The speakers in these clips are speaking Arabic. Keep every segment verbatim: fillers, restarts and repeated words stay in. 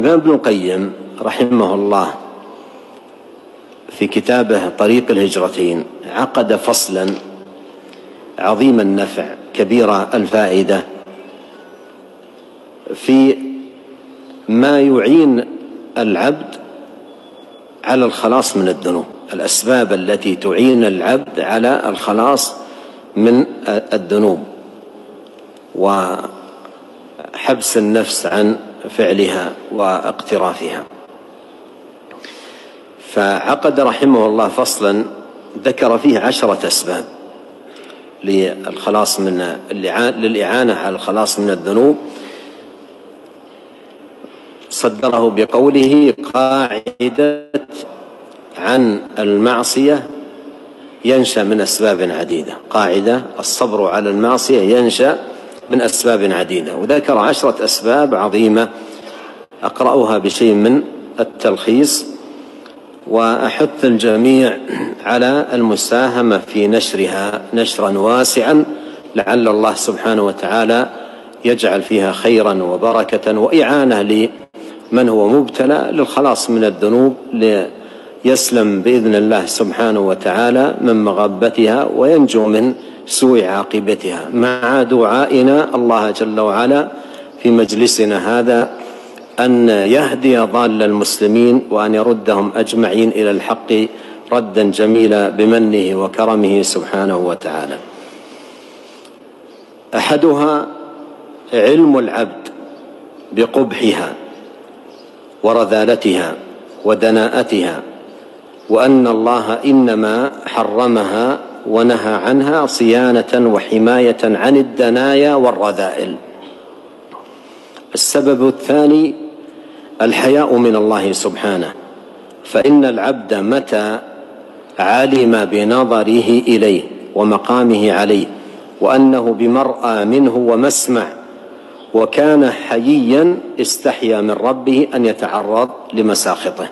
الإمام ابن القيم رحمه الله في كتابه طريق الهجرتين عقد فصلا عظيم النفع كبير الفائدة في ما يعين العبد على الخلاص من الذنوب، الأسباب التي تعين العبد على الخلاص من الذنوب وحبس النفس عن فعلها واقترافها. فعقد رحمه الله فصلا ذكر فيه عشرة أسباب للخلاص من للإعانة على الخلاص من الذنوب، صدره بقوله: قاعدة عن المعصية ينشأ من أسباب عديدة. قاعدة: الصبر على المعصية ينشأ من أسباب عديدة. وذكر عشرة أسباب عظيمة أقرأها بشيء من التلخيص، وأحث الجميع على المساهمة في نشرها نشرا واسعا، لعل الله سبحانه وتعالى يجعل فيها خيرا وبركة وإعانة لمن هو مبتلى للخلاص من الذنوب، ليسلم بإذن الله سبحانه وتعالى من مغبتها وينجو من سوء عاقبتها، مع دعائنا الله جل وعلا في مجلسنا هذا أن يهدي ضال المسلمين وأن يردهم أجمعين إلى الحق ردا جميلا بمنه وكرمه سبحانه وتعالى. أحدها علم العبد بقبحها ورذالتها ودناءتها، وأن الله إنما حرمها ونهى عنها صيانة وحماية عن الدنايا والرذائل. السبب الثاني الحياء من الله سبحانه، فإن العبد متى علم بنظره إليه ومقامه عليه وأنه بمرأى منه ومسمع وكان حييا استحيا من ربه أن يتعرض لمساخطه.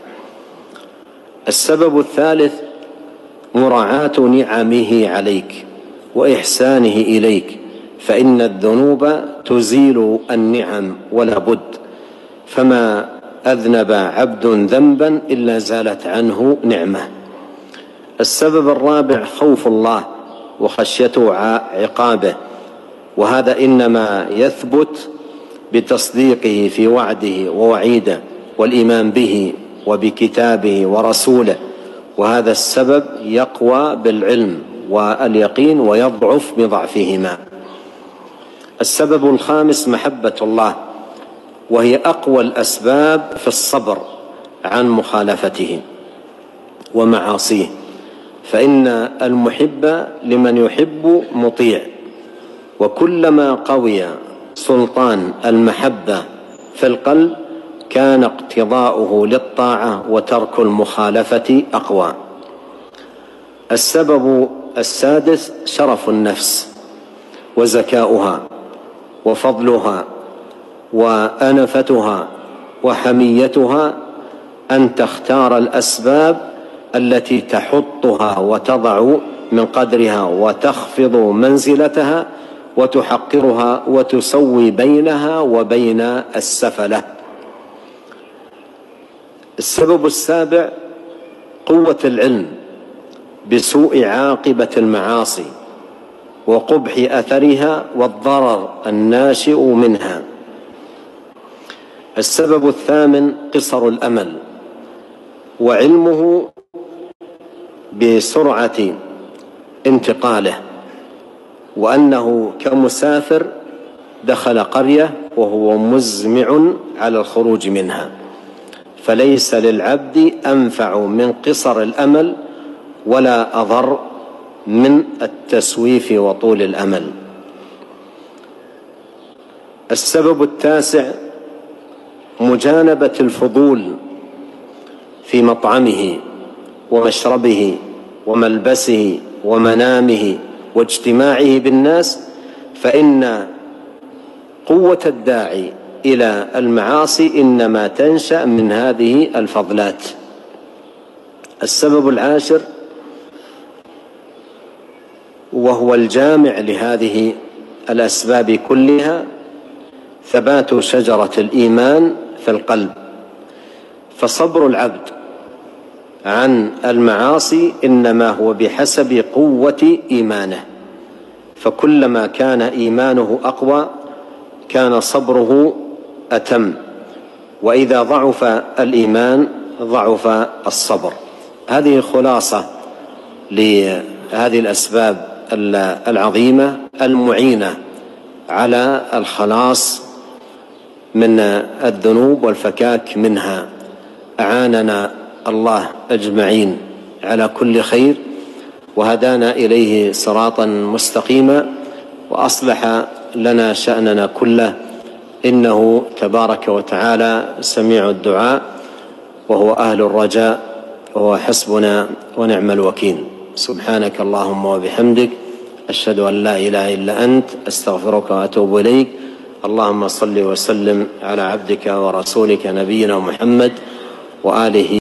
السبب الثالث مراعاة نعمه عليك وإحسانه إليك، فإن الذنوب تزيل النعم ولا بد، فما أذنب عبد ذنبا إلا زالت عنه نعمة. السبب الرابع خوف الله وخشيته عقابه، وهذا إنما يثبت بتصديقه في وعده ووعيده والإيمان به وبكتابه ورسوله، وهذا السبب يقوى بالعلم واليقين ويضعف بضعفهما. السبب الخامس محبة الله، وهي أقوى الأسباب في الصبر عن مخالفته ومعاصيه، فإن المحب لمن يحب مطيع، وكلما قوي سلطان المحبة في القلب كان اقتضاؤه للطاعة وترك المخالفة أقوى. السبب السادس شرف النفس وزكاؤها وفضلها وأنفتها وحميتها، أن تختار الأسباب التي تحطها وتضع من قدرها وتخفض منزلتها وتحقرها وتسوي بينها وبين السفلة. السبب السابع قوة العلم بسوء عاقبة المعاصي وقبح أثرها والضرر الناشئ منها. السبب الثامن قصر الأمل، وعلمه بسرعة انتقاله، وأنه كمسافر دخل قرية وهو مزمع على الخروج منها، فليس للعبد أنفع من قصر الأمل ولا أضر من التسويف وطول الأمل. السبب التاسع مجانبة الفضول في مطعمه ومشربه وملبسه ومنامه واجتماعه بالناس، فإن قوة الداعي إلى المعاصي إنما تنشأ من هذه الفضلات. السبب العاشر وهو الجامع لهذه الأسباب كلها ثبات شجرة الإيمان في القلب فصبر العبد عن المعاصي إنما هو بحسب قوة إيمانه، فكلما كان إيمانه أقوى كان صبره أتم، وإذا ضعف الإيمان ضعف الصبر. هذه خلاصة لهذه الأسباب العظيمة المعينة على الخلاص من الذنوب والفكاك منها. أعاننا الله أجمعين على كل خير، وهدانا إليه صراطا مستقيما، وأصلح لنا شأننا كله، إنه تبارك وتعالى سميع الدعاء وهو أهل الرجاء وهو حسبنا ونعم الوكيل. سبحانك اللهم وبحمدك، أشهد أن لا إله إلا أنت، أستغفرك وأتوب إليك. اللهم صل وسلم على عبدك ورسولك نبينا محمد وآله